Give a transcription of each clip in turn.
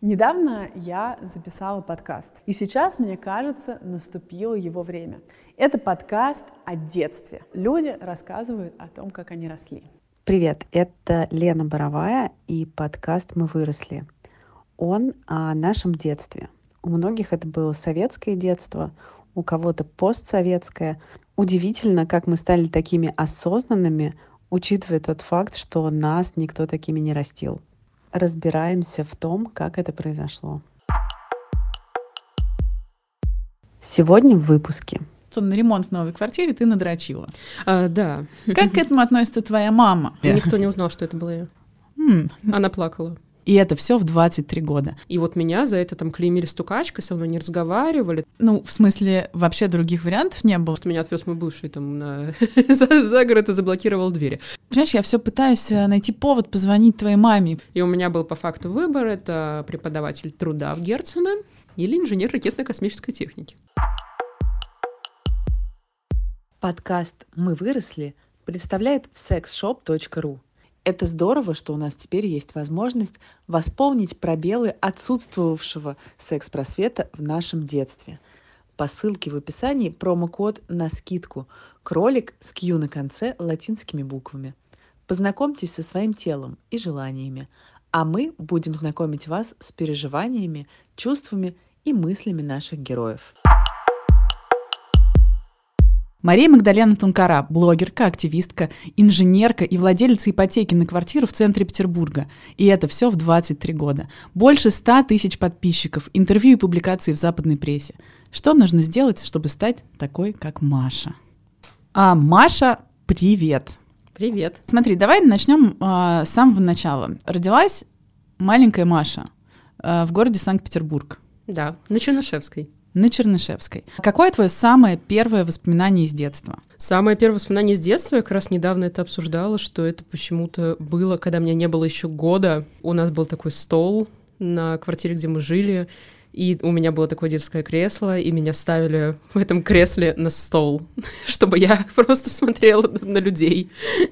Недавно я записала подкаст, и сейчас, мне кажется, наступило его время. Это подкаст о детстве. Люди рассказывают о том, как они росли. Привет, это Лена Боровая и подкаст «Мы выросли». Он о нашем детстве. У многих это было советское детство, у кого-то постсоветское. Удивительно, как мы стали такими осознанными, учитывая тот факт, что нас никто такими не растил. Разбираемся в том, как это произошло. Сегодня в выпуске. На ремонт в новой квартире ты надрочила. Да. Как к этому относится твоя мама? Никто не узнал, что это была я. Она плакала. И это все в 23 года. И вот меня за это там клеймили стукачкой, со мной не разговаривали. Ну, в смысле, вообще других вариантов не было? Что меня отвез мой бывший там за город и заблокировал двери. Понимаешь, я все пытаюсь найти повод позвонить твоей маме. И у меня был по факту выбор: это преподаватель труда в Герцена или инженер ракетно-космической техники. Подкаст «Мы выросли» представляет sexshop.ru. Это здорово, что у нас теперь есть возможность восполнить пробелы отсутствовавшего секс-просвета в нашем детстве. По ссылке в описании промокод на скидку «Кролик» с Q на конце латинскими буквами. Познакомьтесь со своим телом и желаниями, а мы будем знакомить вас с переживаниями, чувствами и мыслями наших героев. Мария Магдалена Тункара – блогерка, активистка, инженерка и владелица ипотеки на квартиру в центре Петербурга. И это все в 23 года. Больше 100 тысяч подписчиков, интервью и публикации в западной прессе. Что нужно сделать, чтобы стать такой, как Маша? Маша, привет! Привет. Смотри, давай начнем с самого начала. Родилась маленькая Маша в городе Санкт-Петербург. Да, на Чернышевской. На Чернышевской. Какое твое самое первое воспоминание из детства? Самое первое воспоминание из детства, я как раз недавно это обсуждала, что это почему-то было, когда мне не было еще года. У нас был такой стол на квартире, где мы жили, и у меня было такое детское кресло, и меня ставили в этом кресле на стол, чтобы я просто смотрела на людей.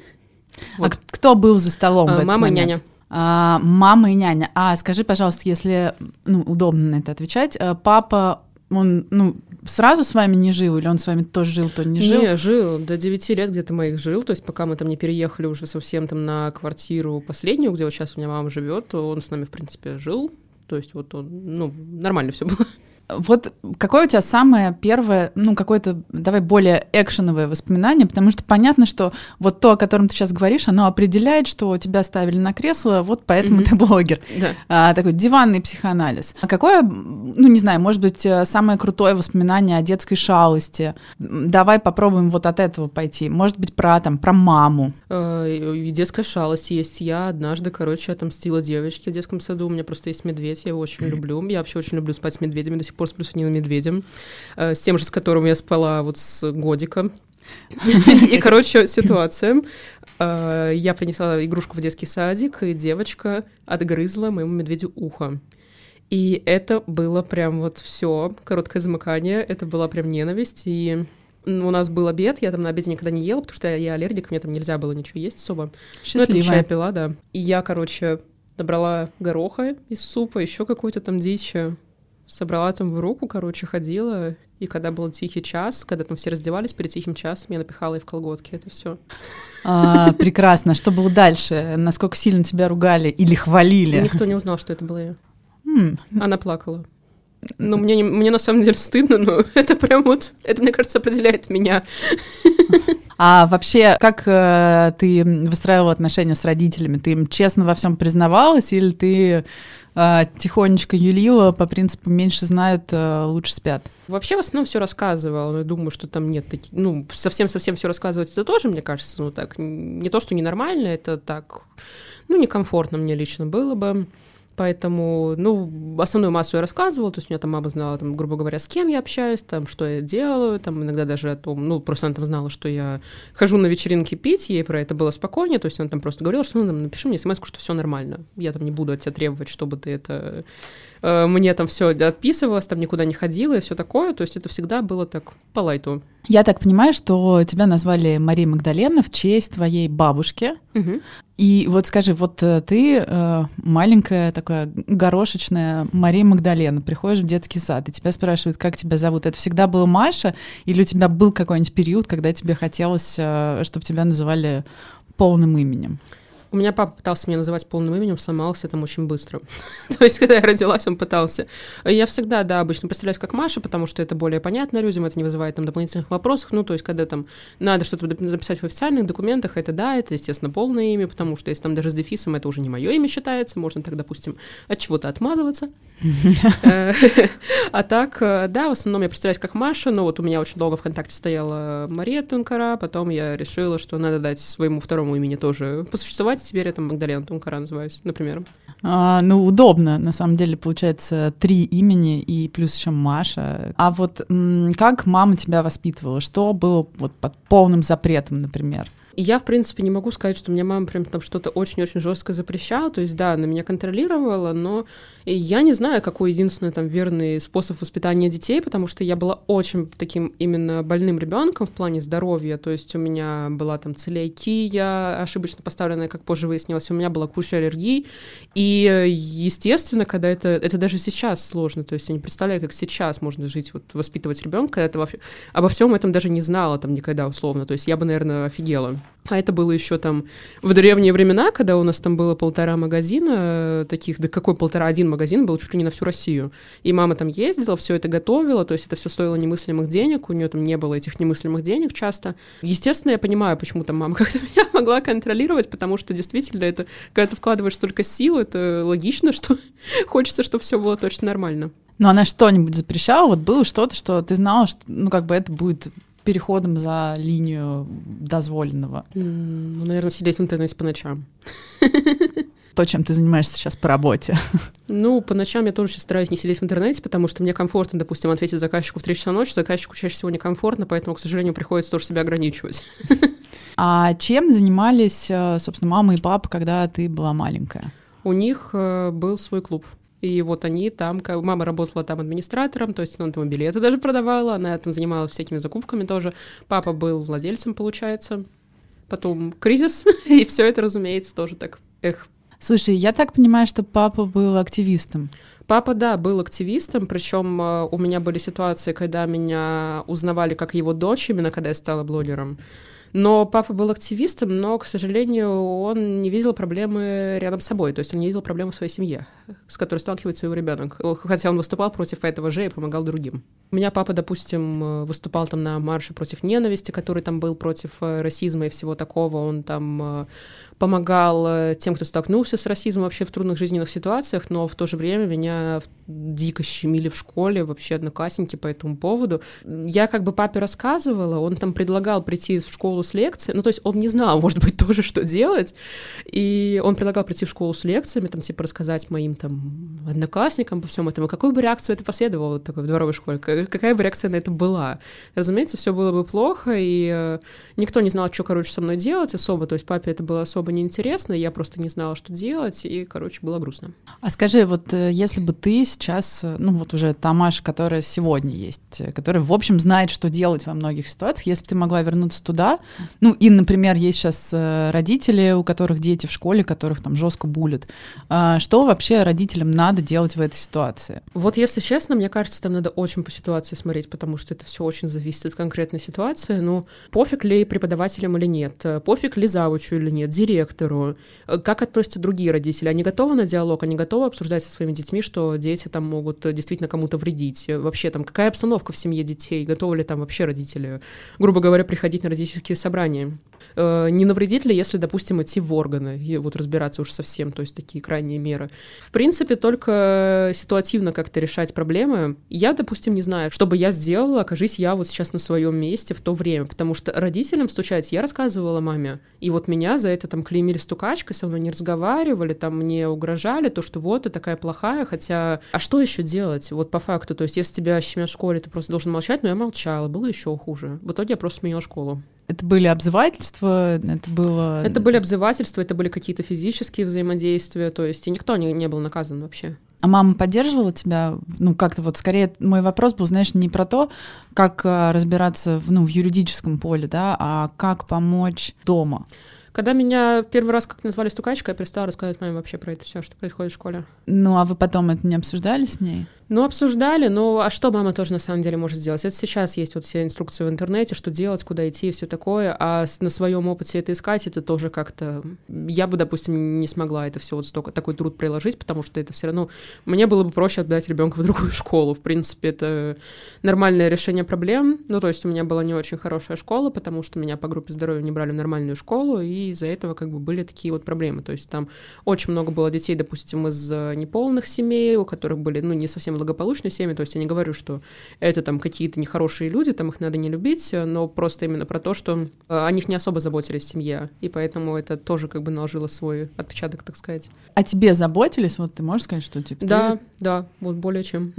Вот. А кто был за столом в этот мама момент? И няня. Мама и няня. Скажи, пожалуйста, если удобно на это отвечать, папа, он сразу с вами не жил, или он с вами тоже жил, то не жил? Не, жил, до 9 лет где-то моих жил, то есть пока мы там не переехали уже совсем там на квартиру последнюю, где вот сейчас у меня мама живет, то он с нами, в принципе, жил, то есть вот он, нормально все было. Вот какое у тебя самое первое, какое-то, давай, более экшеновое воспоминание, потому что понятно, что вот то, о котором ты сейчас говоришь, оно определяет, что тебя ставили на кресло, вот поэтому ты блогер. Да. Такой диванный психоанализ. А какое, не знаю, может быть, самое крутое воспоминание о детской шалости? Давай попробуем вот от этого пойти. Может быть, про маму. И детская шалость есть. Я однажды, отомстила девочке в детском саду. У меня просто есть медведь, я его очень люблю. Я вообще очень люблю спать с медведями, до сих пор сплю с одним медведем, с тем же, с которым я спала вот с годика. И, ситуация. Я принесла игрушку в детский садик, и девочка отгрызла моему медведю ухо. И это было прям вот все короткое замыкание, это была прям ненависть, и у нас был обед, я там на обеде никогда не ела, потому что я аллергик, мне там нельзя было ничего есть особо. Счастливая. Чай пила, да. И я, набрала гороха из супа, еще какой-то там дичи, собрала там в руку, ходила, и когда был тихий час, когда там все раздевались перед тихим часом, я напихала ей в колготки, это все. Прекрасно. Что было дальше? Насколько сильно тебя ругали или хвалили? Никто не узнал, что это была я. Она плакала. Мне на самом деле стыдно, но это прям вот, это, мне кажется, определяет меня. А вообще, как ты выстраивала отношения с родителями? Ты им честно во всем признавалась, или ты тихонечко юлила по принципу «меньше знают, лучше спят»? Вообще, в основном все рассказывала, но я думаю, что там нет таких... совсем-совсем все рассказывать, это тоже, мне кажется, так, не то, что ненормально, это так, некомфортно мне лично было бы. Поэтому, основную массу я рассказывала, то есть у меня там мама знала, там, грубо говоря, с кем я общаюсь, там, что я делаю, там, иногда даже о том, просто она там знала, что я хожу на вечеринки пить, ей про это было спокойнее, то есть она там просто говорила, что, напиши мне смс-ку, что все нормально, я там не буду от тебя требовать, чтобы ты это... Мне там все отписывалось, там никуда не ходила и все такое, то есть это всегда было так по лайту. Я так понимаю, что тебя назвали Мария Магдалена в честь твоей бабушки. И вот скажи, вот ты маленькая такая горошечная Мария Магдалена, приходишь в детский сад, и тебя спрашивают, как тебя зовут. Это всегда была Маша? Или у тебя был какой-нибудь период, когда тебе хотелось, чтобы тебя называли полным именем? У меня папа пытался меня называть полным именем, сломался там очень быстро. То есть, когда я родилась, он пытался. Я всегда, да, обычно представляюсь как Маша, потому что это более понятно людям, это не вызывает там дополнительных вопросов. Ну, то есть, когда там надо что-то записать в официальных документах, это да, это, естественно, полное имя, потому что если там даже с дефисом, это уже не мое имя считается, можно так, допустим, от чего-то отмазываться. А так, да, в основном я представляюсь как Маша, но вот у меня очень долго ВКонтакте стояла Мария Тункара, потом я решила, что надо дать своему второму имени тоже посуществовать, теперь я там Магдалена Тункара называюсь, например. Ну, удобно, на самом деле, получается 3 имени и плюс еще Маша. А вот как мама тебя воспитывала? Что было вот под полным запретом, например? И я, в принципе, не могу сказать, что у меня мама прям там что-то очень-очень жестко запрещала, то есть, да, она меня контролировала, но я не знаю, какой единственный там верный способ воспитания детей, потому что я была очень таким именно больным ребенком в плане здоровья, то есть у меня была там целиакия, ошибочно поставленная, как позже выяснилось, у меня была куча аллергий, и, естественно, когда это даже сейчас сложно, то есть я не представляю, как сейчас можно жить, вот воспитывать ребенка, это вообще, обо всем этом даже не знала там никогда условно, то есть я бы, наверное, офигела. А это было еще там в древние времена, когда у нас там было 1,5 магазина таких, да какой 1,5, 1 магазин был чуть ли не на всю Россию. И мама там ездила, все это готовила, то есть это все стоило немыслимых денег, у нее там не было этих немыслимых денег часто. Естественно, я понимаю, почему там мама как-то меня могла контролировать, потому что действительно это, когда ты вкладываешь столько сил, это логично, что хочется, чтобы все было точно нормально. Но она что-нибудь запрещала? Вот было что-то, что ты знала, что, ну, как бы это будет переходом за линию дозволенного? Ну, наверное, сидеть в интернете по ночам. То, чем ты занимаешься сейчас по работе. Ну, по ночам я тоже сейчас стараюсь не сидеть в интернете, потому что мне комфортно, допустим, ответить заказчику в 3 часа ночи, заказчику чаще всего некомфортно, поэтому, к сожалению, приходится тоже себя ограничивать. А чем занимались, собственно, мама и папа, когда ты была маленькая? У них был свой клуб. И вот они там, мама работала там администратором, то есть она там билеты даже продавала, она там занималась всякими закупками тоже. Папа был владельцем, получается. Потом кризис, и все это, разумеется, тоже так, Слушай, я так понимаю, что папа был активистом. Папа, да, был активистом, причем у меня были ситуации, когда меня узнавали как его дочь, именно когда я стала блогером. Но папа был активистом, но, к сожалению, он не видел проблемы рядом с собой, то есть он не видел проблемы в своей семье, с которой сталкивается его ребенок, хотя он выступал против этого же и помогал другим. У меня папа, допустим, выступал там на марше против ненависти, который там был против расизма и всего такого, он там помогал тем, кто столкнулся с расизмом вообще в трудных жизненных ситуациях, но в то же время меня дико щемили в школе, вообще одноклассники по этому поводу. Я как бы папе рассказывала, он там предлагал прийти в школу с лекцией, ну то есть он не знал, может быть, тоже, что делать, и он предлагал прийти в школу с лекциями, там типа рассказать моим там одноклассникам по всем этому, какой бы реакция это последовала вот такой в дворовой школе, какая бы реакция на это была. Разумеется, все было бы плохо, и никто не знал, что, короче, со мной делать особо, то есть папе это было особо неинтересно, я просто не знала, что делать, и, короче, было грустно. А скажи, вот если бы ты сейчас, ну вот уже та Маша, которая сегодня есть, которая, в общем, знает, что делать во многих ситуациях, если бы ты могла вернуться туда, ну и, например, есть сейчас родители, у которых дети в школе, которых там жестко булят, что вообще родителям надо делать в этой ситуации? Вот если честно, мне кажется, там надо очень по ситуации смотреть, потому что это все очень зависит от конкретной ситуации, ну, пофиг ли преподавателям или нет, пофиг ли завучу или нет, директору, как относятся другие родители, они готовы на диалог, они готовы обсуждать со своими детьми, что дети там могут действительно кому-то вредить, вообще там какая обстановка в семье детей, готовы ли там вообще родители, грубо говоря, приходить на родительские собрания, не навредит ли, если, допустим, идти в органы и вот разбираться уж совсем, то есть такие крайние меры. В принципе, только ситуативно как-то решать проблемы. Я, допустим, не знаю, что бы я сделала, окажись я вот сейчас на своем месте в то время, потому что родителям стучать я рассказывала маме, и вот меня за это там клеймили стукачкой, со мной не разговаривали, там мне угрожали, то, что вот ты такая плохая, хотя... А что еще делать? Вот по факту, то есть если тебя щемят в школе, ты просто должен молчать, но я молчала, было еще хуже. В итоге я просто сменила школу. Это были обзывательства, это было... Это были обзывательства, это были какие-то физические взаимодействия, то есть и никто не был наказан вообще. А мама поддерживала тебя? Ну, как-то вот скорее мой вопрос был, знаешь, не про то, как разбираться в юридическом поле, да, а как помочь дома. Когда меня первый раз как назвали стукачкой, я перестала рассказывать маме вообще про это все, что происходит в школе. Ну, а вы потом это не обсуждали с ней? Ну, обсуждали, но а что мама тоже на самом деле может сделать? Это сейчас есть вот все инструкции в интернете, что делать, куда идти и все такое, а на своем опыте это искать, это тоже как-то... Я бы, допустим, не смогла это все вот столько, такой труд приложить, потому что это все равно... Мне было бы проще отдать ребенка в другую школу. В принципе, это нормальное решение проблем. Ну, то есть у меня была не очень хорошая школа, потому что меня по группе здоровья не брали в нормальную школу, и из-за этого как бы были такие вот проблемы. То есть там очень много было детей, допустим, из неполных семей, у которых были, ну, не совсем благополучные семьи, то есть я не говорю, что это там какие-то нехорошие люди, там их надо не любить, но просто именно про то, что о них не особо заботились в семье, и поэтому это тоже как бы наложило свой отпечаток, так сказать. А тебе заботились? Вот ты можешь сказать, что типа... Да, вот более чем.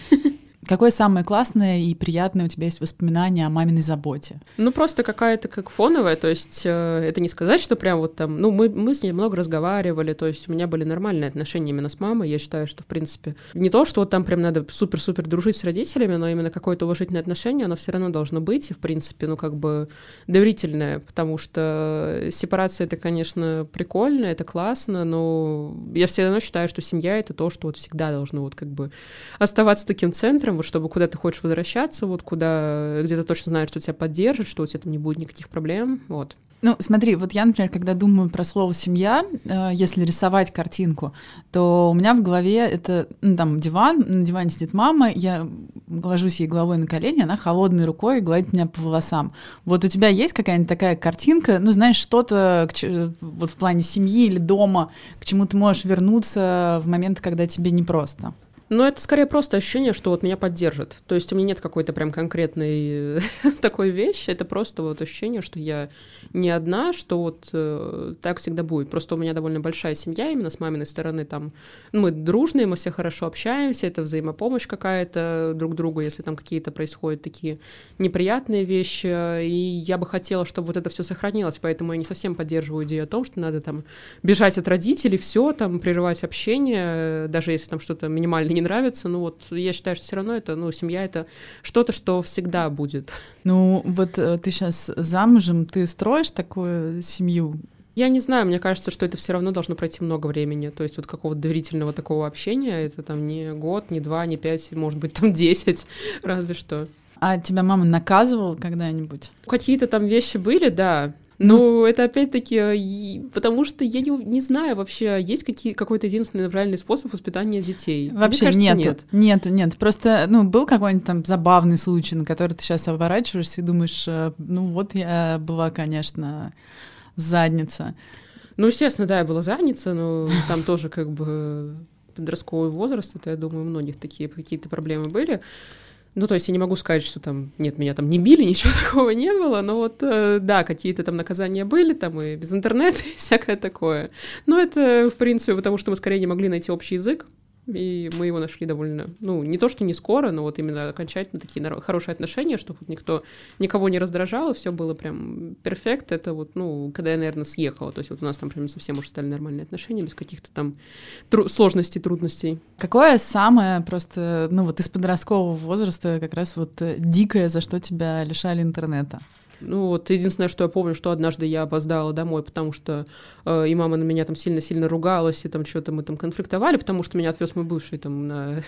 Какое самое классное и приятное у тебя есть воспоминание о маминой заботе? Ну, просто какая-то как фоновая, то есть это не сказать, что прям вот там... Ну, мы с ней много разговаривали, то есть у меня были нормальные отношения именно с мамой. Я считаю, что, в принципе, не то, что вот там прям надо супер-супер дружить с родителями, но именно какое-то уважительное отношение, оно все равно должно быть, и, в принципе, ну, как бы доверительное, потому что сепарация — это, конечно, прикольно, это классно, но я все равно считаю, что семья — это то, что вот всегда должно вот как бы оставаться таким центром, вот чтобы куда ты хочешь возвращаться, вот куда, где ты точно знаешь, что тебя поддержат, что у тебя там не будет никаких проблем, вот. Ну, смотри, вот я, например, когда думаю про слово «семья», если рисовать картинку, то у меня в голове это, ну, там, диван, на диване сидит мама, я ложусь ей головой на колени, она холодной рукой гладит меня по волосам. Вот у тебя есть какая-нибудь такая картинка, ну, знаешь, что-то вот в плане семьи или дома, к чему ты можешь вернуться в момент, когда тебе непросто? Но это скорее просто ощущение, что вот меня поддержат. То есть у меня нет какой-то прям конкретной такой вещи, это просто вот ощущение, что я не одна, что вот так всегда будет. Просто у меня довольно большая семья именно с маминой стороны, там, ну, мы дружные, мы все хорошо общаемся, это взаимопомощь какая-то друг другу, если там какие-то происходят такие неприятные вещи, и я бы хотела, чтобы вот это все сохранилось, поэтому я не совсем поддерживаю идею о том, что надо там бежать от родителей, все там, прерывать общение, даже если там что-то минимально не нравится, ну вот я считаю, что все равно это, ну, семья — это что-то, что всегда будет. Ну, вот ты сейчас замужем, ты строишь такую семью? Я не знаю, мне кажется, что это все равно должно пройти много времени, то есть вот какого-то доверительного такого общения, это там не год, не 2, не 5, может быть, там 10, разве что. А тебя мама наказывала когда-нибудь? Какие-то там вещи были, да. Ну, это опять-таки, потому что я не знаю вообще, есть какой-то единственный правильный способ воспитания детей? Вообще Мне кажется, нет. Просто, ну, был какой-нибудь там забавный случай, на который ты сейчас оборачиваешься и думаешь, ну, вот я была, конечно, задница. Ну, естественно, да, я была задница, но там тоже как бы подростковый возраст, это, я думаю, у многих такие какие-то проблемы были. Ну, то есть я не могу сказать, что там, нет, меня там не били, ничего такого не было, но вот, да, какие-то там наказания были, там и без интернета, и всякое такое. Но это, в принципе, потому что мы скорее не могли найти общий язык, и мы его нашли довольно, ну, не то, что не скоро, но вот именно окончательно такие хорошие отношения, чтобы вот никого не раздражал, и все было прям перфект. Это вот, ну, когда я, наверное, съехала, то есть вот у нас там прям совсем уже стали нормальные отношения, без каких-то там сложностей, трудностей. Какое самое просто, ну, вот из подросткового возраста как раз вот дикое, за что тебя лишали интернета? Ну вот единственное, что я помню, что однажды я опоздала домой, потому что и мама на меня там сильно-сильно ругалась, и там что-то мы там конфликтовали, потому что меня отвез мой бывший там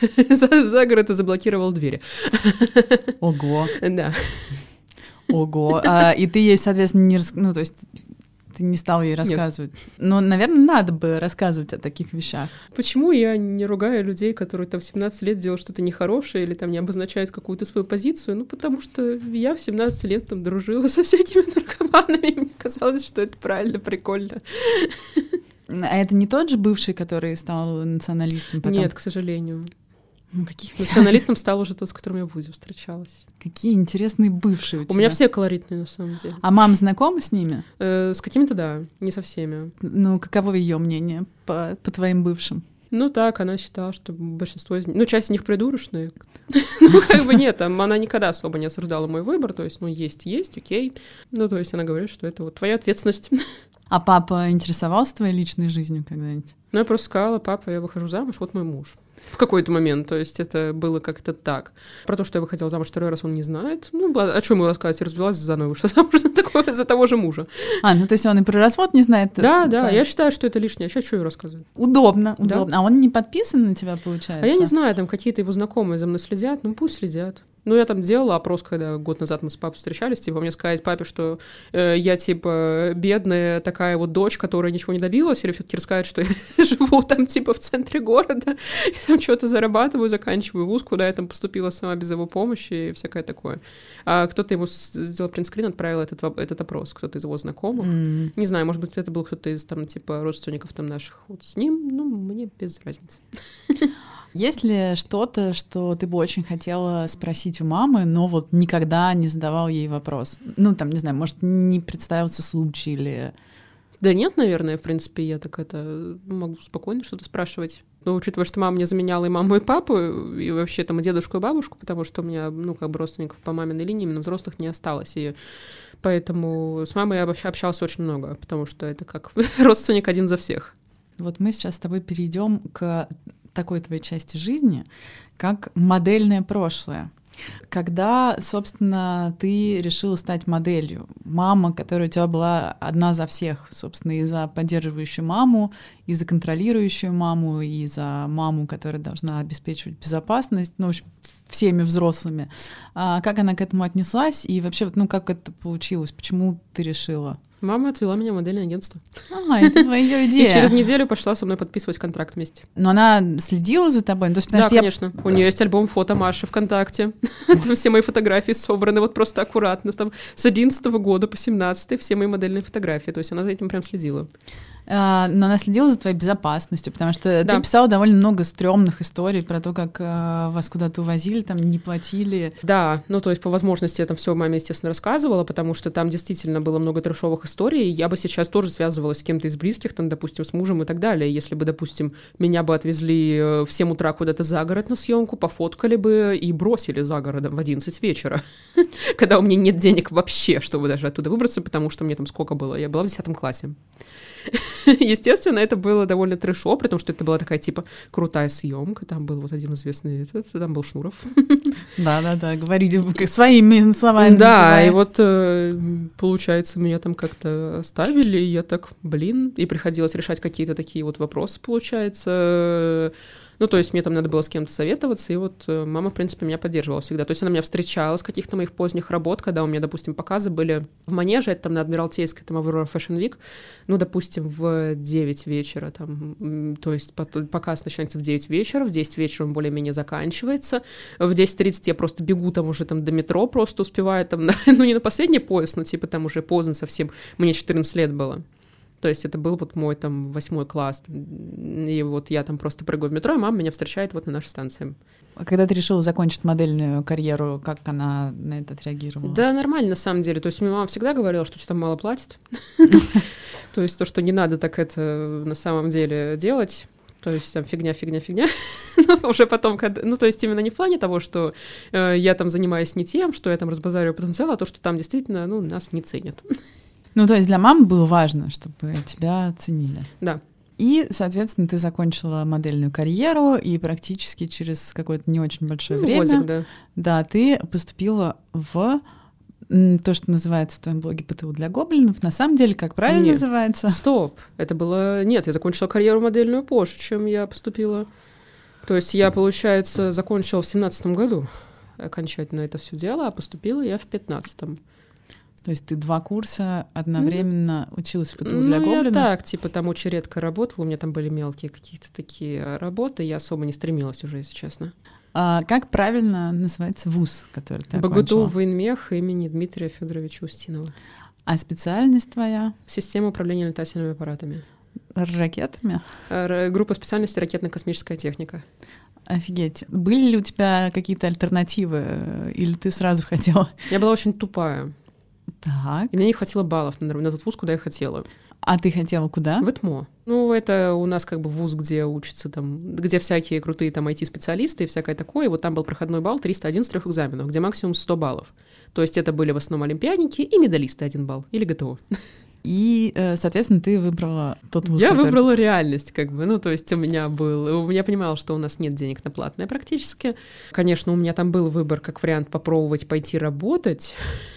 за город и заблокировал двери. Ого. Да. Ого. И ты ей, соответственно, ну, то есть ты не стал ей рассказывать? Нет. Но, наверное, надо бы рассказывать о таких вещах. Почему я не ругаю людей, которые там в 17 лет делают что-то нехорошее или там не обозначают какую-то свою позицию? Ну, потому что я в 17 лет там дружила со всякими наркоманами, и мне казалось, что это правильно, прикольно. А это не тот же бывший, который стал националистом потом? Нет, к сожалению. Ну, каких... Националистом стал уже тот, с которым я в ВУЗе встречалась. Какие интересные бывшие у тебя. У меня все колоритные, на самом деле. А мама знакома с ними? С какими-то, да, не со всеми. Ну, каково ее мнение по твоим бывшим? Ну так, она считала, что большинство из них... Ну, часть из них придурочные. Ну, как бы нет, она никогда особо не осуждала мой выбор, то есть, ну, есть, окей. Ну, то есть она говорит, что это вот твоя ответственность. А папа интересовался твоей личной жизнью когда-нибудь? Ну, я просто сказала: папа, я выхожу замуж, вот мой муж. в какой-то момент, то есть это было как-то так. Про то, что я выходила замуж второй раз, он не знает. Ну, о чем ему рассказать? Я развелась заново, вышла замуж за того же мужа. Ну то есть он и про развод не знает? Да, я считаю, что это лишнее. Сейчас что я рассказываю? Удобно. А он не подписан на тебя, получается? А я не знаю, там какие-то его знакомые за мной следят, ну пусть следят. Ну, я там делала опрос, когда год назад мы с папой встречались, типа, мне сказать папе, что я, типа, бедная такая вот дочь, которая ничего не добилась, или все-таки рассказать, что я живу там, типа, в центре города, и там что-то зарабатываю, заканчиваю вуз, куда я там поступила сама без его помощи и всякое такое. А кто-то ему сделал принтскрин, отправил этот опрос, кто-то из его знакомых. Не знаю, может быть, это был кто-то из, там, типа, родственников там наших вот с ним, ну, мне без разницы. Есть ли что-то, что ты бы очень хотела спросить у мамы, но вот никогда не задавал ей вопрос? Ну, там, не знаю, может, не представился случай или... Да нет, наверное, в принципе, я так это могу спокойно что-то спрашивать. Но учитывая, что мама мне заменяла и маму, и папу, и вообще там и дедушку, и бабушку, потому что у меня, ну, как бы родственников по маминой линии именно взрослых не осталось. И поэтому с мамой я вообще общалась очень много, потому что это как родственник один за всех. Вот мы сейчас с тобой перейдем к такой твоей части жизни, как модельное прошлое. Когда, собственно, ты решила стать моделью, мама, которая у тебя была одна за всех, собственно, и за поддерживающую маму, и за контролирующую маму, и за маму, которая должна обеспечивать безопасность, ну, в общем, всеми взрослыми. Как она к этому отнеслась, и вообще, ну, как это получилось, почему ты решила? Мама отвела меня в модельное агентство. Это твоя идея. И через неделю пошла со мной подписывать контракт вместе. Но она следила за тобой? То есть, да, конечно. У нее есть альбом фото Маши ВКонтакте. Там все мои фотографии собраны вот просто аккуратно. Там с 11 года по 17 все мои модельные фотографии. То есть она за этим прям следила. Но она следила за твоей безопасностью, потому что ты писала довольно много стрёмных историй про то, как вас куда-то увозили, там не платили. Да, ну то есть по возможности я там все маме, естественно, рассказывала, потому что там действительно было много трэшовых историй. Я бы сейчас тоже связывалась с кем-то из близких, там, допустим, с мужем и так далее. Если бы, допустим, меня бы отвезли в 7 утра куда-то за город на съемку, пофоткали бы и бросили за городом в 11 вечера, когда у меня нет денег вообще, чтобы даже оттуда выбраться, потому что мне там сколько было? Я была в 10 классе. Естественно, это было довольно трэшово, потому что это была такая, типа, крутая съемка. Там был вот один известный, там был Шнуров. Да-да-да, говорите своими словами. Да, и вот, получается, меня там как-то оставили, и я так, и приходилось решать какие-то такие вот вопросы, получается. Ну, то есть мне там надо было с кем-то советоваться, и вот мама, в принципе, меня поддерживала всегда. То есть она меня встречала с каких-то моих поздних работ, когда у меня, допустим, показы были в Манеже, это там на Адмиралтейской, там Аврора Fashion Week, ну, допустим, в 9 вечера, там, то есть показ начинается в 9 вечера, в 10 вечера он более-менее заканчивается, в 10:30 я просто бегу там уже там до метро, просто успеваю там, ну, не на последний поезд, но типа там уже поздно совсем, мне 14 лет было. То есть это был вот мой там 8 класс, и вот я там просто прыгаю в метро, и мама меня встречает вот на нашей станции. А когда ты решила закончить модельную карьеру, как она на это отреагировала? Да, нормально, на самом деле. То есть мне мама всегда говорила, что тебе там мало платят. То есть то, что не надо так это на самом деле делать. То есть там фигня. Но уже потом, ну, то есть именно не в плане того, что я там занимаюсь не тем, что я там разбазариваю потенциал, а то, что там действительно, ну, нас не ценят. Ну, то есть для мамы было важно, чтобы тебя ценили. Да. И, соответственно, ты закончила модельную карьеру, и практически через какое-то не очень большое время... Годик, да. Да, ты поступила в то, что называется в твоем блоге ПТУ для гоблинов. На самом деле, как правильно называется? Стоп. Это было... Нет, я закончила карьеру модельную позже, чем я поступила. То есть я, получается, закончила в 17-м году окончательно это все дело, а поступила я в 15-м. То есть ты 2 курса одновременно училась в ПТУ для гоблинов? Я так, типа, там очень редко работала, у меня там были мелкие какие-то такие работы, я особо не стремилась уже, если честно. А как правильно называется вуз, который ты окончила? БГТУ военмех имени Дмитрия Федоровича Устинова. А специальность твоя? Система управления летательными аппаратами. Ракетами? Группа специальности ракетно-космическая техника. Офигеть. Были ли у тебя какие-то альтернативы, или ты сразу хотела? Я была очень тупая. Так. И мне не хватило баллов на тот вуз, куда я хотела. А ты хотела куда? В ЭТМО. Ну, это у нас как бы вуз, где учатся там, где всякие крутые там IT-специалисты и всякое такое. И вот там был проходной балл 301 с 3 экзаменов, где максимум 100 баллов. То есть это были в основном олимпиадники и медалисты 1 балл. Или ГТО. И, соответственно, ты выбрала тот вуз. Я выбрала реальность, как бы. Ну, то есть я понимала, что у нас нет денег на платное практически. Конечно, у меня там был выбор как вариант попробовать пойти работать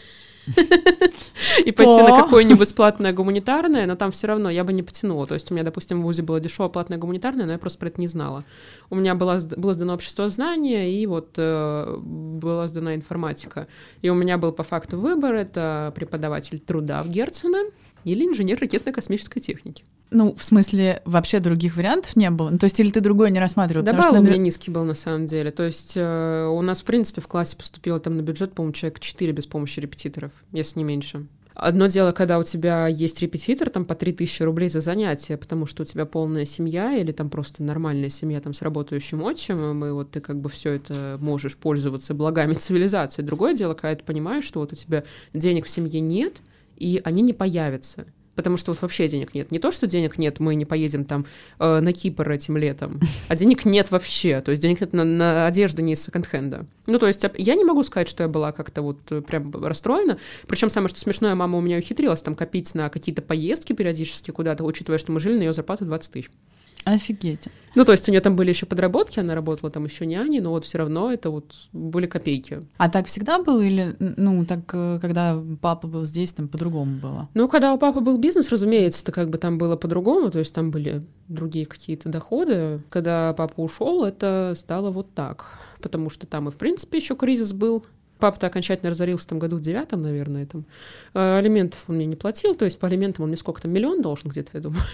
и пойти на какое-нибудь платное гуманитарное, но там все равно я бы не потянула. То есть у меня, допустим, в ВУЗе было дешевое платное гуманитарное, но я просто про это не знала. У меня было сдано общество знания, и вот была сдана информатика. И у меня был по факту выбор: это преподаватель труда в Герцена или инженер ракетно-космической техники. Ну, в смысле, вообще других вариантов не было? Ну, то есть, или ты другой не рассматривал? Да, балл у меня низкий был, на самом деле. То есть у нас, в принципе, в классе поступило там на бюджет, по-моему, человек 4 без помощи репетиторов, если не меньше. Одно дело, когда у тебя есть репетитор, там по 3000 рублей за занятие, потому что у тебя полная семья или там просто нормальная семья там с работающим отчимом, и вот ты как бы все это можешь пользоваться благами цивилизации. Другое дело, когда ты понимаешь, что вот у тебя денег в семье нет, и они не появятся. Потому что вот вообще денег нет. Не то, что денег нет, мы не поедем там на Кипр этим летом, а денег нет вообще. То есть денег нет на одежду не из секонд-хенда. Ну, то есть я не могу сказать, что я была как-то вот прям расстроена. Причем самое, что смешное, мама у меня ухитрилась там копить на какие-то поездки периодически куда-то, учитывая, что мы жили на ее зарплату 20 000. Офигеть. Ну, то есть у нее там были еще подработки, она работала там еще няней, но вот все равно это вот были копейки. А так всегда было или, ну, так, когда папа был здесь, там по-другому было? Ну, когда у папы был бизнес, разумеется, это как бы там было по-другому, то есть там были другие какие-то доходы. Когда папа ушел, это стало вот так, потому что там и, в принципе, еще кризис был. Папа-то окончательно разорился в том году, в 9-м, наверное, там. Алиментов он мне не платил, то есть по алиментам он мне сколько там, 1 000 000 должен где-то, я думаю.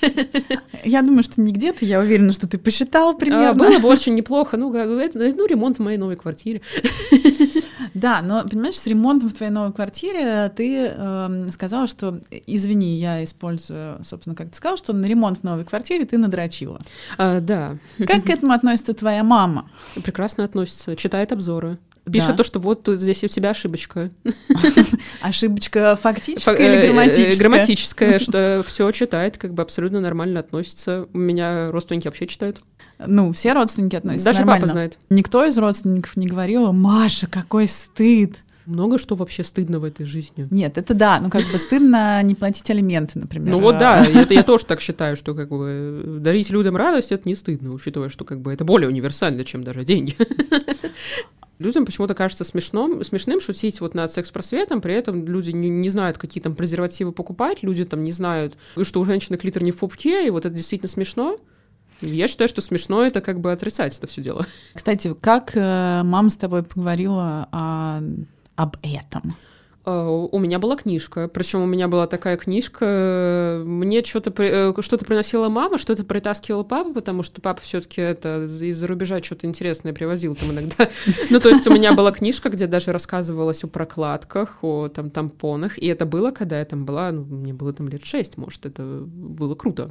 Я думаю, что не где-то, я уверена, что ты посчитал примерно. Было бы очень неплохо, ремонт в моей новой квартире. Да, но, понимаешь, с ремонтом в твоей новой квартире ты сказала, что, извини, я использую, собственно, как ты сказала, что на ремонт в новой квартире ты надрочила. Да. Как к этому относится твоя мама? Прекрасно относится, читает обзоры. Пишет то, что вот тут здесь у тебя ошибочка. Ошибочка фактическая или грамматическая? Грамматическая, что все читает, как бы абсолютно нормально относится. У меня родственники вообще читают. Ну, все родственники относятся даже нормально. Даже папа знает. Никто из родственников не говорил: Маша, какой стыд. Много что вообще стыдно в этой жизни. Нет, это да, ну как бы стыдно не платить алименты, например. Ну вот да, это я тоже так считаю, что как бы дарить людям радость — это не стыдно, учитывая, что как бы это более универсально, чем даже деньги. Людям почему-то кажется смешным шутить вот над секс-просветом, при этом люди не знают, какие там презервативы покупать, люди там не знают, что у женщины клитор не в пупке, и вот это действительно смешно. Я считаю, что смешно — это как бы отрицать это все дело. Кстати, как мама с тобой поговорила об этом? У меня была книжка, причем у меня была такая книжка, мне что-то приносила мама, что-то притаскивал папа, потому что папа все-таки из-за рубежа что-то интересное привозил там иногда. Ну, то есть у меня была книжка, где даже рассказывалось о прокладках, о там тампонах, и это было, когда я там была, мне было там лет 6, может, это было круто.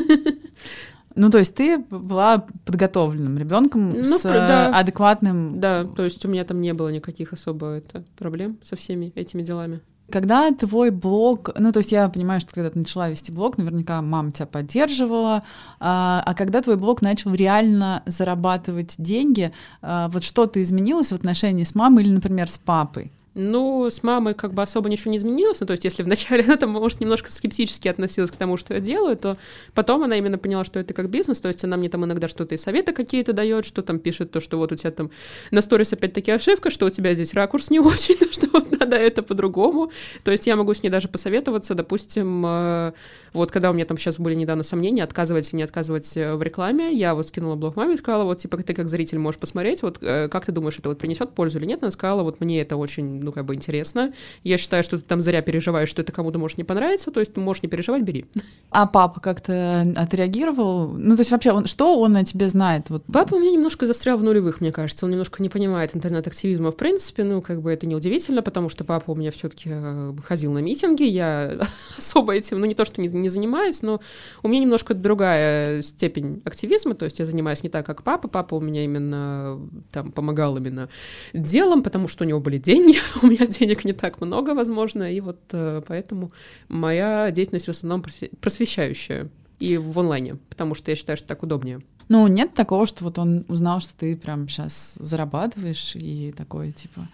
Ну, то есть ты была подготовленным ребенком с адекватным... Да, то есть у меня там не было никаких особо проблем со всеми этими делами. Когда твой блог... Ну, то есть я понимаю, что когда ты начала вести блог, наверняка мама тебя поддерживала, а когда твой блог начал реально зарабатывать деньги, вот что-то изменилось в отношении с мамой или, например, с папой? Ну, с мамой как бы особо ничего не изменилось. Ну, то есть, если вначале она там, может, немножко скептически относилась к тому, что я делаю, то потом она именно поняла, что это как бизнес. То есть она мне там иногда что-то и советы какие-то дает, что там пишет, то, что вот у тебя там на сторис опять-таки ошибка, что у тебя здесь ракурс не очень, что вот надо это по-другому. То есть я могу с ней даже посоветоваться. Допустим, вот когда у меня там сейчас были недавно сомнения, отказывать или не отказывать в рекламе, я вот скинула блог маме и сказала, вот типа ты как зритель можешь посмотреть, вот как ты думаешь, это вот принесет пользу или нет? Она сказала, вот мне это очень как бы интересно. Я считаю, что ты там зря переживаешь, что это кому-то может не понравиться, то есть ты можешь не переживать, бери. А папа как-то отреагировал? Ну, то есть вообще, что он о тебе знает? Вот. Папа у меня немножко застрял в нулевых, мне кажется. Он немножко не понимает интернет-активизма в принципе, ну, как бы это неудивительно, потому что папа у меня все-таки ходил на митинги, я особо этим, ну, не то, что не занимаюсь, но у меня немножко другая степень активизма, то есть я занимаюсь не так, как папа. Папа у меня именно там помогал именно делом, потому что у него были деньги, у меня денег не так много, возможно, и вот поэтому моя деятельность в основном просвещающая и в онлайне, потому что я считаю, что так удобнее. Ну, нет такого, что вот он узнал, что ты прям сейчас зарабатываешь и такой, типа,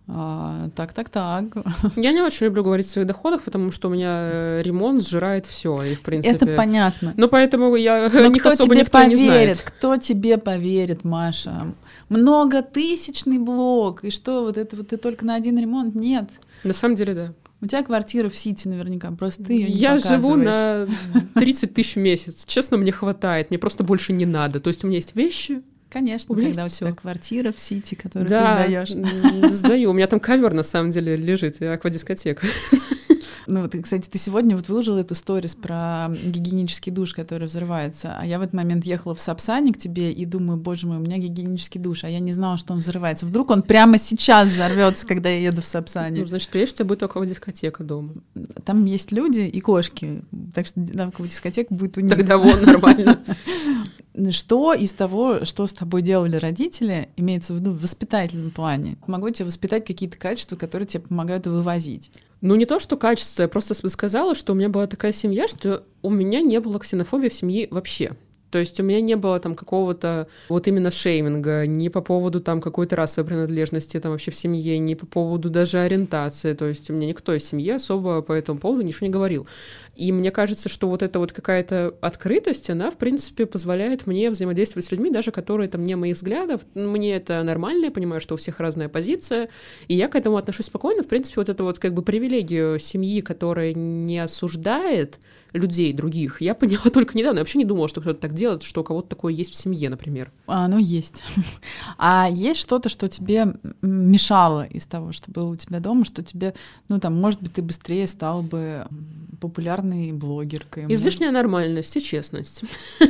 Так. Я не очень люблю говорить о своих доходах, потому что у меня ремонт сжирает все, и в принципе... Это понятно. Ну, поэтому о них особо тебе никто поверит? не знает. Кто тебе поверит, Маша? Многотысячный блок, и что, вот это вот ты только на один ремонт? Нет. На самом деле, да. У тебя квартира в Сити наверняка, просто ты ее не Я живу показываешь. на 30 тысяч в месяц. Честно, мне хватает, мне просто больше не надо. То есть у меня есть вещи. Конечно, У меня когда у есть тебя всё. квартира в Сити, которую Да, ты сдаешь. сдаю. У меня там ковер на самом деле лежит, и аквадискотека. Ну вот, кстати, ты сегодня вот выложила эту сторис про гигиенический душ, который взрывается, а я в этот момент ехала в Сапсане к тебе и думаю, боже мой, у меня гигиенический душ, а я не знала, что он взрывается. Вдруг он прямо сейчас взорвется, когда я еду в Сапсане. Ну, значит, приедешь, у тебя будет аквадискотека дома. Там есть люди и кошки, так что аквадискотека будет у них. Тогда вон, нормально. Что из того, что с тобой делали родители, имеется в виду в воспитательном плане? Могу тебе воспитать какие-то качества, которые тебе помогают вывозить? Ну, не то, что качество, я просто сказала, что у меня была такая семья, что у меня не было ксенофобии в семье вообще. То есть у меня не было там какого-то вот именно шейминга ни по поводу там какой-то расовой принадлежности там вообще в семье, ни по поводу даже ориентации. То есть у меня никто из семьи особо по этому поводу ничего не говорил. И мне кажется, что вот эта вот какая-то открытость, она, в принципе, позволяет мне взаимодействовать с людьми, даже которые там не моих взглядов. Мне это нормально, я понимаю, что у всех разная позиция, и я к этому отношусь спокойно. В принципе, вот это вот как бы привилегию семьи, которая не осуждает людей других, я поняла только недавно. Я вообще не думала, что кто-то так делает, что у кого-то такое есть в семье, например. Ну, есть. А есть что-то, что тебе мешало из того, что было у тебя дома, что тебе, ну, там, может быть, ты быстрее стала бы популярной блогеркой? Излишняя нормальность и честность.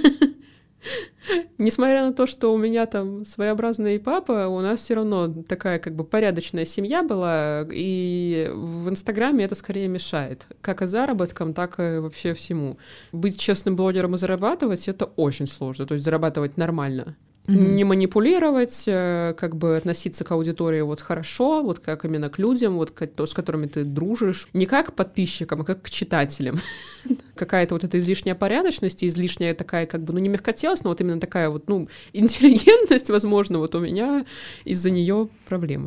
Несмотря на то, что у меня там своеобразный папа, у нас все равно такая как бы порядочная семья была, и в Инстаграме это скорее мешает. Как и заработкам, так и вообще всему. Быть честным блогером и зарабатывать — это очень сложно, то есть зарабатывать нормально. Не манипулировать, как бы относиться к аудитории вот хорошо, вот как именно к людям, вот с которыми ты дружишь. Не как к подписчикам, а как к читателям. Какая-то вот эта излишняя порядочность и излишняя такая, как бы, ну, не мягкотелость, но вот именно такая вот, ну, интеллигентность, возможно, вот у меня из-за нее проблемы.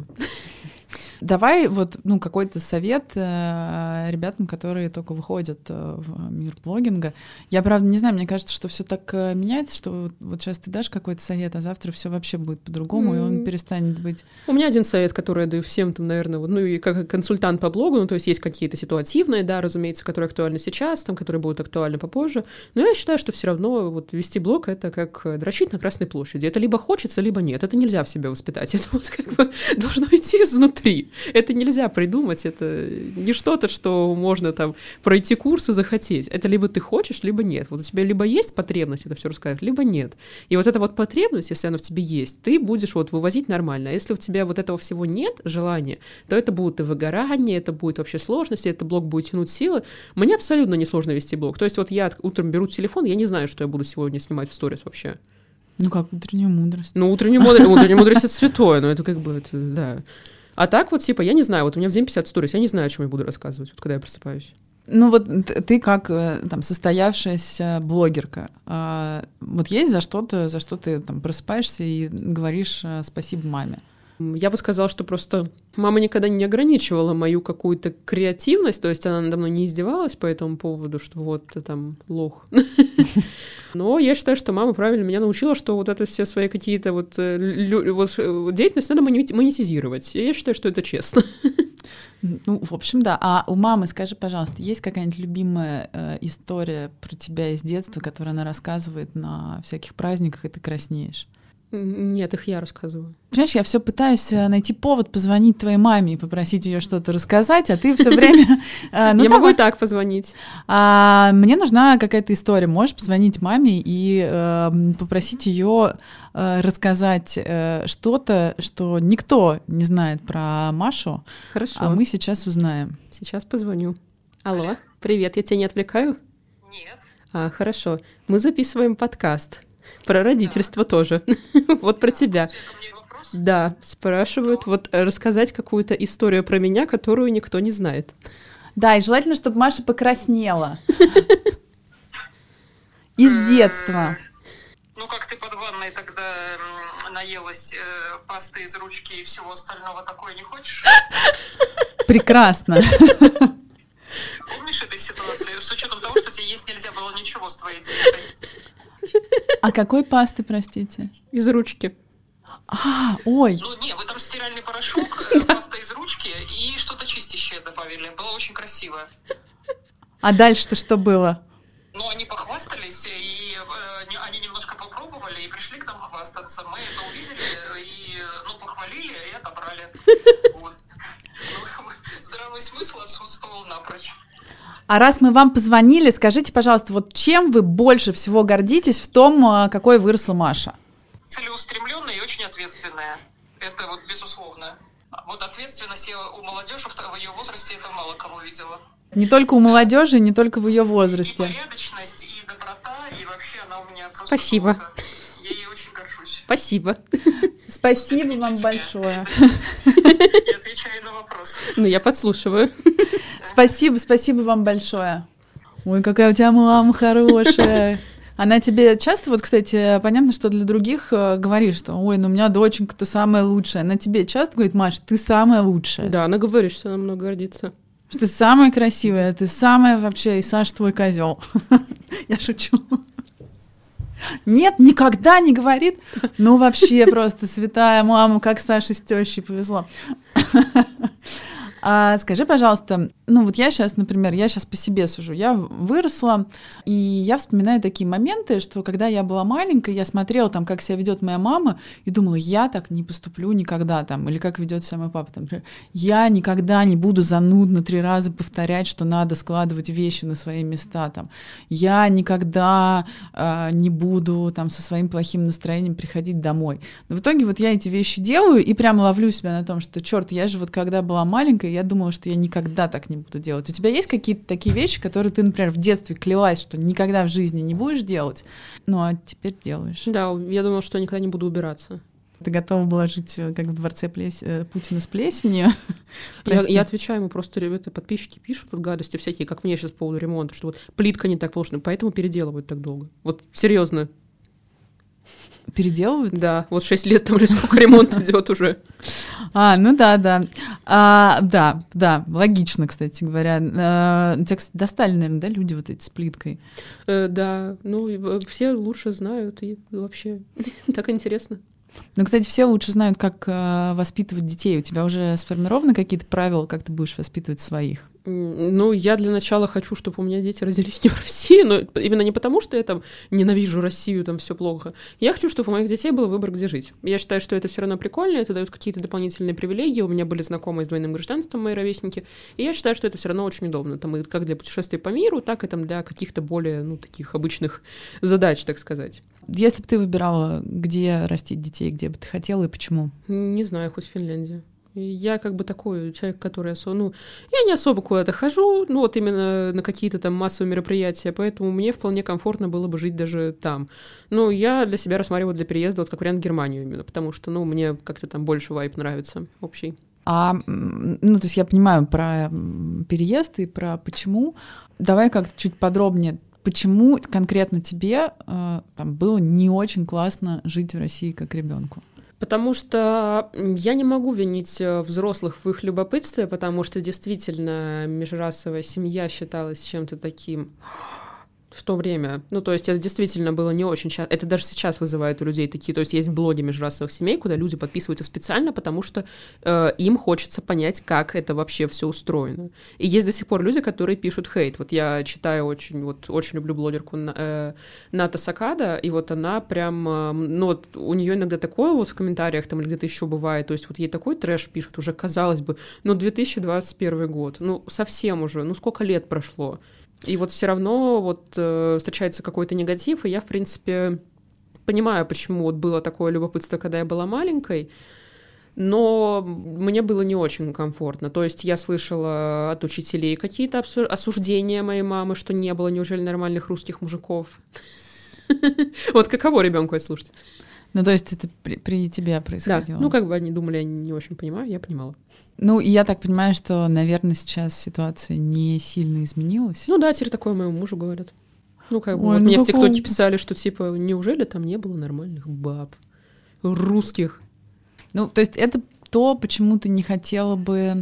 Давай вот, ну, какой-то совет ребятам, которые только выходят в мир блогинга. Я, правда, не знаю, мне кажется, что все так меняется, что вот сейчас ты дашь какой-то совет, а завтра все вообще будет по-другому, и он перестанет быть... У меня один совет, который я даю всем, там, наверное, вот, ну, и как консультант по блогу, ну, то есть есть какие-то ситуативные, да, разумеется, которые актуальны сейчас, там, которые будут актуальны попозже, но я считаю, что все равно вот вести блог — это как дрочить на Красной площади. Это либо хочется, либо нет. Это нельзя в себе воспитать. Это вот как бы должно идти изнутри. Это нельзя придумать, это не что-то, что можно там пройти курс и захотеть. Это либо ты хочешь, либо нет. Вот у тебя либо есть потребность это все рассказать, либо нет. И вот эта вот потребность, если она в тебе есть, ты будешь вот вывозить нормально. А если у тебя вот этого всего нет, желания, то это будет и выгорание, это будет вообще сложности, это блог будет тянуть силы. Мне абсолютно несложно вести блог. То есть вот я утром беру телефон, я не знаю, что я буду сегодня снимать в сторис вообще. Ну как, утренняя мудрость. Ну, утренняя мудрость — это святое, но это как бы, это, да. А так вот, типа, я не знаю, вот у меня в день 50 сторис, я не знаю, о чем я буду рассказывать, вот когда я просыпаюсь. Ну вот ты как там состоявшаяся блогерка, вот есть за что ты там просыпаешься и говоришь спасибо маме? Я бы сказала, что просто мама никогда не ограничивала мою какую-то креативность, то есть она надо мной не издевалась по этому поводу, что вот ты там лох. Но я считаю, что мама правильно меня научила, что вот это все свои какие-то вот деятельность надо монетизировать. И я считаю, что это честно. Ну, в общем, да. А у мамы, скажи, пожалуйста, есть какая-нибудь любимая история про тебя из детства, которую она рассказывает на всяких праздниках, и ты краснеешь? Нет, их я рассказываю. Понимаешь, я все пытаюсь найти повод позвонить твоей маме и попросить ее что-то рассказать, а ты все время... Я могу и так позвонить. Мне нужна какая-то история. Можешь позвонить маме и попросить ее рассказать что-то, что никто не знает про Машу. Хорошо. А мы сейчас узнаем. Сейчас позвоню. Алло, привет, я тебя не отвлекаю? Нет. Хорошо. Мы записываем подкаст. Про родительство тоже. Вот про тебя. Да, спрашивают, вот рассказать какую-то историю про меня, которую никто не знает. Да, и желательно, чтобы Маша покраснела. Из детства. Ну, как ты под ванной тогда наелась пасты из ручки и всего остального, такое не хочешь? Прекрасно. Помнишь этой ситуации? С учетом того, что тебе есть нельзя было ничего с твоей диетой. А какой пасты, простите? Из ручки. Ой. Ну, не, вы там стиральный порошок, паста из ручки и что-то чистящее добавили. Было очень красиво. А дальше-то что было? Ну, они похвастались, и они немножко попробовали, и пришли к нам хвастаться. Мы это увидели, и, похвалили, и отобрали. Вот. Здравый смысл отсутствовал напрочь. А раз мы вам позвонили, скажите, пожалуйста, вот чем вы больше всего гордитесь в том, какой выросла Маша? Целеустремленная и очень ответственная. Это вот безусловно. Вот ответственность у молодежи в ее возрасте это мало кого видела. Не только у молодежи, не только в ее возрасте. И порядочность, и доброта, и вообще она у меня просто... Спасибо. Я ей очень горжусь. Спасибо. Спасибо вам большое. Я отвечаю на вопрос. Ну, я подслушиваю. Спасибо вам большое. Ой, какая у тебя мама хорошая. Она тебе часто, вот, кстати, понятно, что для других говоришь, что ой, ну у меня доченька-то самая лучшая. Она тебе часто говорит: Маш, ты самая лучшая. Да, она говорит, что она много гордится. Что ты самая красивая, ты самая вообще, и Саша твой козел. Я шучу. Нет, никогда не говорит. Ну вообще просто святая мама, как Саше с тещей повезло. А скажи, пожалуйста, ну вот я сейчас, например, по себе сужу, я выросла, и я вспоминаю такие моменты, что когда я была маленькой, я смотрела там, как себя ведет моя мама, и думала, я так не поступлю никогда там, или как ведет себя мой папа, там, например, я никогда не буду занудно 3 раза повторять, что надо складывать вещи на свои места, там, я никогда не буду там со своим плохим настроением приходить домой. Но в итоге вот я эти вещи делаю и прямо ловлю себя на том, что, черт, я же вот когда была маленькая, я думала, что я никогда так не буду делать. У тебя есть какие-то такие вещи, которые ты, например, в детстве клялась, что никогда в жизни не будешь делать, ну а теперь делаешь? Да, я думала, что я никогда не буду убираться. Ты готова была жить как в дворце Путина с плесенью? Я отвечаю ему, просто ребята, подписчики пишут вот гадости всякие, как мне сейчас по поводу ремонта, что вот плитка не так положена, поэтому переделывают так долго. Вот серьезно. Переделывают? Да, вот 6 лет там или сколько ремонт идет уже. Ну да. Да, логично, кстати говоря. Тебя, кстати, достали, наверное, да, люди вот эти с плиткой? Да, ну все лучше знают, и вообще так интересно. Ну, кстати, все лучше знают, как воспитывать детей. У тебя уже сформированы какие-то правила, как ты будешь воспитывать своих? Ну, я для начала хочу, чтобы у меня дети родились не в России, но именно не потому, что я там ненавижу Россию, там все плохо. Я хочу, чтобы у моих детей был выбор, где жить. Я считаю, что это все равно прикольно, это дает какие-то дополнительные привилегии. У меня были знакомые с двойным гражданством, мои ровесники, и я считаю, что это все равно очень удобно. Там и как для путешествий по миру, так и там для каких-то более, таких обычных задач, так сказать. Если бы ты выбирала, где растить детей, где бы ты хотела и почему? Не знаю, хоть Финляндия. Я как бы такой человек, который я не особо куда-то хожу, вот именно на какие-то там массовые мероприятия, поэтому мне вполне комфортно было бы жить даже там. Но я для себя рассматриваю для переезда вот как вариант Германию именно, потому что, мне как-то там больше вайб нравится общий. То есть я понимаю про переезд и про почему. Давай как-то чуть подробнее. Почему конкретно тебе было не очень классно жить в России как ребенку? Потому что я не могу винить взрослых в их любопытстве, потому что действительно межрасовая семья считалась чем-то таким в то время. То есть это действительно было не очень часто. Это даже сейчас вызывает у людей такие... То есть есть блоги межрасовых семей, куда люди подписываются специально, потому что им хочется понять, как это вообще все устроено. И есть до сих пор люди, которые пишут хейт. Вот я читаю очень люблю блогерку Ната Сакада, и вот она прям... у нее иногда такое вот в комментариях там или где-то еще бывает. То есть вот ей такой трэш пишут, уже казалось бы, 2021 год, совсем уже, сколько лет прошло. И вот все равно встречается какой-то негатив, и я, в принципе, понимаю, почему было такое любопытство, когда я была маленькой, но мне было не очень комфортно. То есть я слышала от учителей какие-то осуждения моей мамы, что не было, неужели нормальных русских мужиков? Вот каково ребенку это слушать? То есть это при тебе происходило? Да, они думали, я не очень понимаю, я понимала. И я так понимаю, что, наверное, сейчас ситуация не сильно изменилась. Да, теперь такое моему мужу говорят. Мне в ТикТоке писали, что, неужели там не было нормальных баб? русских. Ну, то есть это то, почему ты не хотела бы,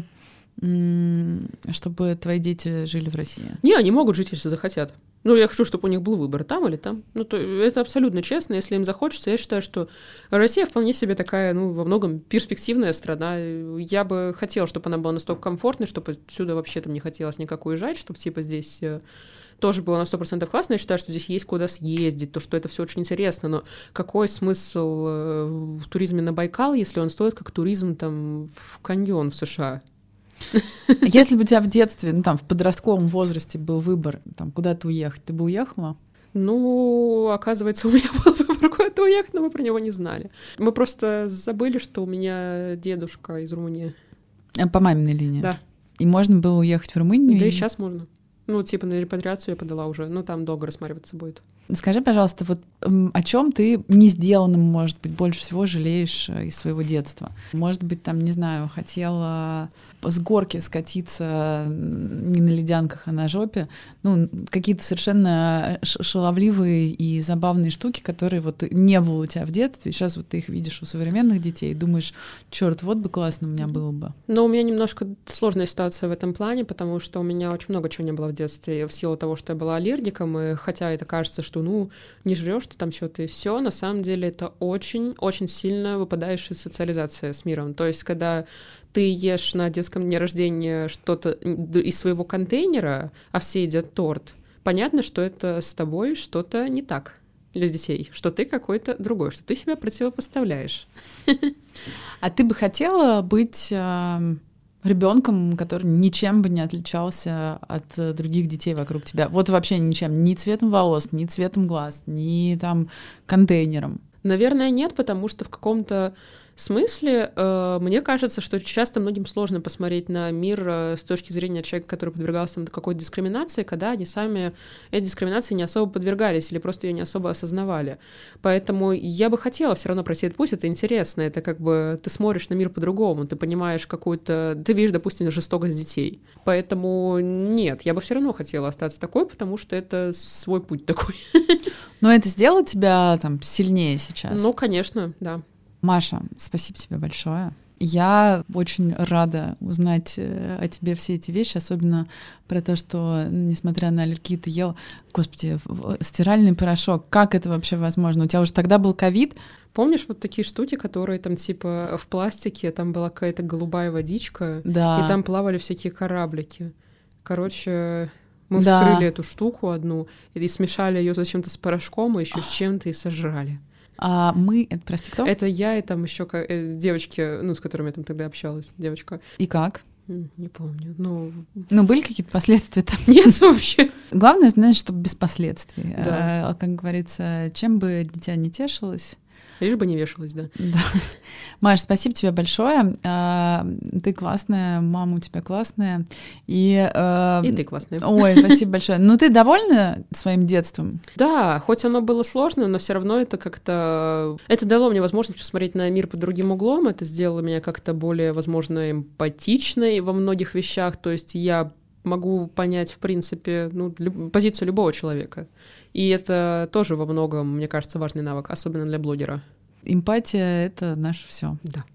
чтобы твои дети жили в России? Не, они могут жить, если захотят. Ну, я хочу, чтобы у них был выбор, там или там. Ну, это абсолютно честно. Если им захочется, я считаю, что Россия вполне себе такая, ну, во многом перспективная страна. Я бы хотела, чтобы она была настолько комфортной, чтобы отсюда вообще там не хотелось никак уезжать, чтобы, типа, здесь тоже было на 100% классно. Я считаю, что здесь есть куда съездить, то, что это все очень интересно. Но какой смысл в туризме на Байкал, если он стоит как туризм там в каньон в США? Если бы у тебя в детстве, ну там в подростковом возрасте был выбор, там куда-то уехать, ты бы уехала? Ну, оказывается, у меня был выбор куда-то уехать, но мы про него не знали. Мы просто забыли, что у меня дедушка из Румынии. По маминой линии? Да. И можно было уехать в Румынию? Да и сейчас можно. Ну, типа на репатриацию я подала уже, ну там долго рассматриваться будет. Скажи, пожалуйста, вот о чем ты не сделанным, может быть, больше всего жалеешь из своего детства? Может быть, там, не знаю, хотела с горки скатиться не на ледянках, а на жопе. Ну, какие-то совершенно шаловливые и забавные штуки, которые вот не было у тебя в детстве. Сейчас вот ты их видишь у современных детей и думаешь, черт, вот бы классно у меня было бы. Но у меня немножко сложная ситуация в этом плане, потому что у меня очень много чего не было в детстве в силу того, что я была аллергиком, и хотя это кажется, что ну, не жрёшь ты там что-то и все, на самом деле это очень-очень сильно выпадаешь из социализации с миром. То есть, когда ты ешь на детском дне рождения что-то из своего контейнера, а все едят торт, понятно, что это с тобой что-то не так для детей, что ты какой-то другой, что ты себя противопоставляешь. А ты бы хотела быть ребенком, который ничем бы не отличался от других детей вокруг тебя? Вот вообще ничем, ни цветом волос, ни цветом глаз, ни там контейнером. Наверное, нет, потому что в каком-то смысле мне кажется, что часто многим сложно посмотреть на мир с точки зрения человека, который подвергался какой-то дискриминации, когда они сами этой дискриминации не особо подвергались или просто ее не особо осознавали. Поэтому я бы хотела все равно пройти этот путь, это интересно, это как бы ты смотришь на мир по-другому, ты понимаешь какую-то... Ты видишь, допустим, жестокость детей. Поэтому нет, я бы все равно хотела остаться такой, потому что это свой путь такой. Но это сделало тебя там сильнее сейчас? Ну, конечно, да. Маша, спасибо тебе большое. Я очень рада узнать о тебе все эти вещи, особенно про то, что, несмотря на аллергию, ты ел, господи, стиральный порошок. Как это вообще возможно? У тебя уже тогда был ковид? Помнишь вот такие штуки, которые там типа в пластике, там была какая-то голубая водичка, да. И там плавали всякие кораблики. Короче, мы вскрыли эту штуку одну и смешали ее зачем-то с порошком, и еще с чем-то и сожрали. А мы, это, прости, кто? Это я и там еще девочки, ну, с которыми я там тогда общалась, девочка. И как? Не помню, ну... Ну, были какие-то последствия там? Нет вообще. Главное, знаешь, чтобы без последствий. Да. Как говорится, чем бы дитя не тешилось, лишь бы не вешалась, да. Да. Маш, спасибо тебе большое. Ты классная, мама у тебя классная. И ты классная. Ой, спасибо большое. Ну, ты довольна своим детством? Да, хоть оно было сложно, но все равно это как-то... Это дало мне возможность посмотреть на мир под другим углом, это сделало меня как-то более, возможно, эмпатичной во многих вещах, то есть я могу понять, в принципе, ну, позицию любого человека. И это тоже во многом, мне кажется, важный навык, особенно для блогера. Эмпатия — это наше все. Да.